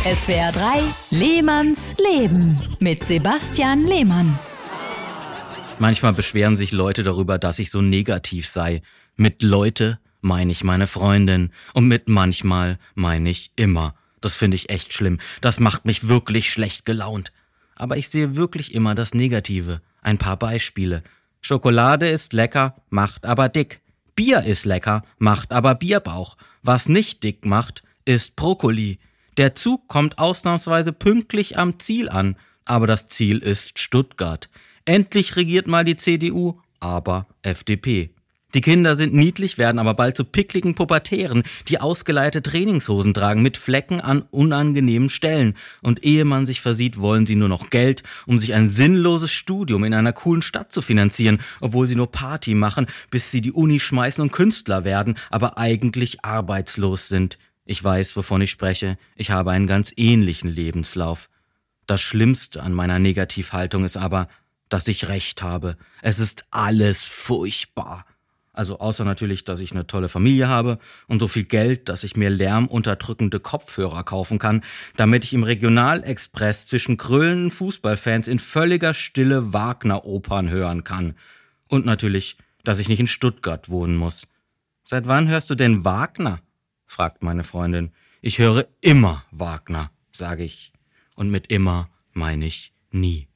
SWR 3, Lehmanns Leben mit Sebastian Lehmann. Manchmal beschweren sich Leute darüber, dass ich so negativ sei. Mit Leute meine ich meine Freundin und mit manchmal meine ich immer. Das finde ich echt schlimm. Das macht mich wirklich schlecht gelaunt. Aber ich sehe wirklich immer das Negative. Ein paar Beispiele. Schokolade ist lecker, macht aber dick. Bier ist lecker, macht aber Bierbauch. Was nicht dick macht, ist Brokkoli. Der Zug kommt ausnahmsweise pünktlich am Ziel an, aber das Ziel ist Stuttgart. Endlich regiert mal die CDU, aber FDP. Die Kinder sind niedlich, werden aber bald zu pickligen Pubertären, die ausgeleitete Trainingshosen tragen mit Flecken an unangenehmen Stellen. Und ehe man sich versieht, wollen sie nur noch Geld, um sich ein sinnloses Studium in einer coolen Stadt zu finanzieren, obwohl sie nur Party machen, bis sie die Uni schmeißen und Künstler werden, aber eigentlich arbeitslos sind. Ich weiß, wovon ich spreche. Ich habe einen ganz ähnlichen Lebenslauf. Das Schlimmste an meiner Negativhaltung ist aber, dass ich recht habe. Es ist alles furchtbar. Also außer natürlich, dass ich eine tolle Familie habe und so viel Geld, dass ich mir lärmunterdrückende Kopfhörer kaufen kann, damit ich im Regionalexpress zwischen grölenden Fußballfans in völliger Stille Wagner-Opern hören kann. Und natürlich, dass ich nicht in Stuttgart wohnen muss. Seit wann hörst du denn Wagner? Fragt meine Freundin. Ich höre immer Wagner, sage ich. Und mit immer meine ich nie.